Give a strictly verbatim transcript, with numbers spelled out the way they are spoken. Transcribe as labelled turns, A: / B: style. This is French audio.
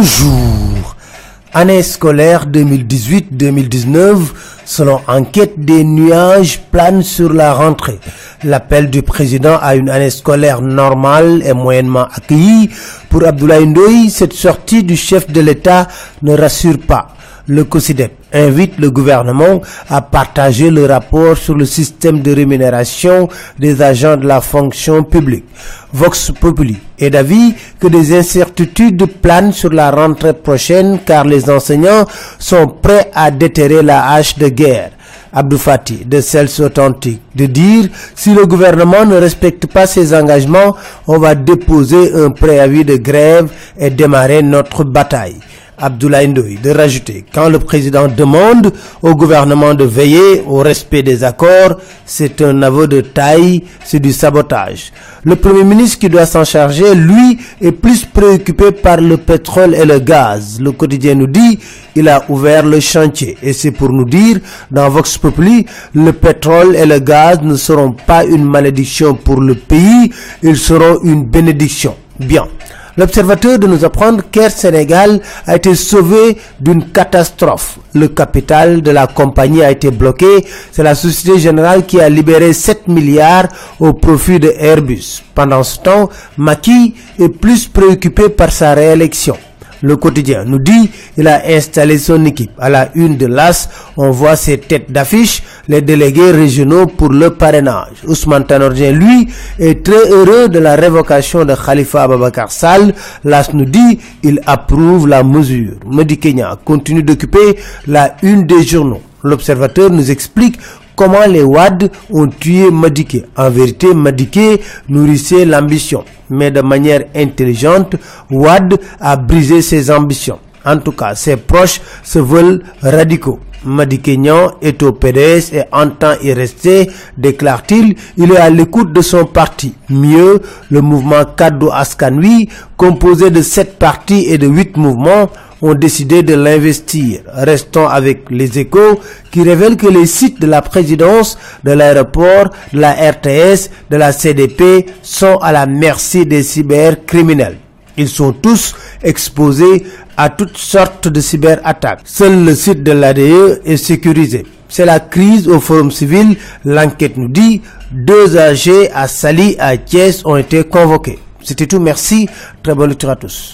A: Bonjour. Année scolaire deux mille dix-huit deux mille dix-neuf, selon enquête, des nuages planent sur la rentrée. L'appel du président à une année scolaire normale est moyennement accueilli. Pour Abdoulaye Ndoye, cette sortie du chef de l'État ne rassure pas. Le COSYDEP invite le gouvernement à partager le rapport sur le système de rémunération des agents de la fonction publique. Vox Populi est d'avis que des incertitudes planent sur la rentrée prochaine car les enseignants sont prêts à déterrer la hache de guerre. Abdou Fati de Cels Authentique de dire si le gouvernement ne respecte pas ses engagements, on va déposer un préavis de grève et démarrer notre bataille. Abdoulaye Ndoye de rajouter quand le président demande au gouvernement de veiller au respect des accords, c'est un aveu de taille, c'est du sabotage. Le premier ministre qui doit s'en charger, lui, est plus préoccupé par le pétrole et le gaz. Le quotidien nous dit il a ouvert le chantier et c'est pour nous dire dans Vox Populi, le pétrole et le gaz ne seront pas une malédiction pour le pays, ils seront une bénédiction. Bien. L'Observateur de nous apprendre qu'Air Sénégal a été sauvé d'une catastrophe. Le capital de la compagnie a été bloqué. C'est la Société Générale qui a libéré sept milliards au profit de Airbus. Pendant ce temps, Macky est plus préoccupé par sa réélection. Le quotidien nous dit il a installé son équipe. À la une de l'A S, on voit ses têtes d'affiche, les délégués régionaux pour le parrainage. Ousmane Tanor Dieng, lui, est très heureux de la révocation de Khalifa Ababacar Sall. L'A S nous dit il approuve la mesure. Madi Kenya continue d'occuper la une des journaux. L'Observateur nous explique comment les Wade ont tué Madické. En vérité, Madické nourrissait l'ambition. Mais de manière intelligente, Wade a brisé ses ambitions. En tout cas, ses proches se veulent radicaux. Madické Niang est au P D S et entend y rester, déclare-t-il. Il est à l'écoute de son parti. Mieux, le mouvement Kaddu Askan Wi, composé de sept partis et de huit mouvements, ont décidé de l'investir. Restons avec les Échos qui révèlent que les sites de la présidence, de l'aéroport, de la R T S, de la C D P sont à la merci des cybercriminels. Ils sont tous exposés à toutes sortes de cyberattaques. Seul le site de l'A D E est sécurisé. C'est la crise au Forum civil. L'enquête nous dit deux A G à Saly, à Thiès ont été convoqués. C'était tout. Merci. Très bonne lecture à tous.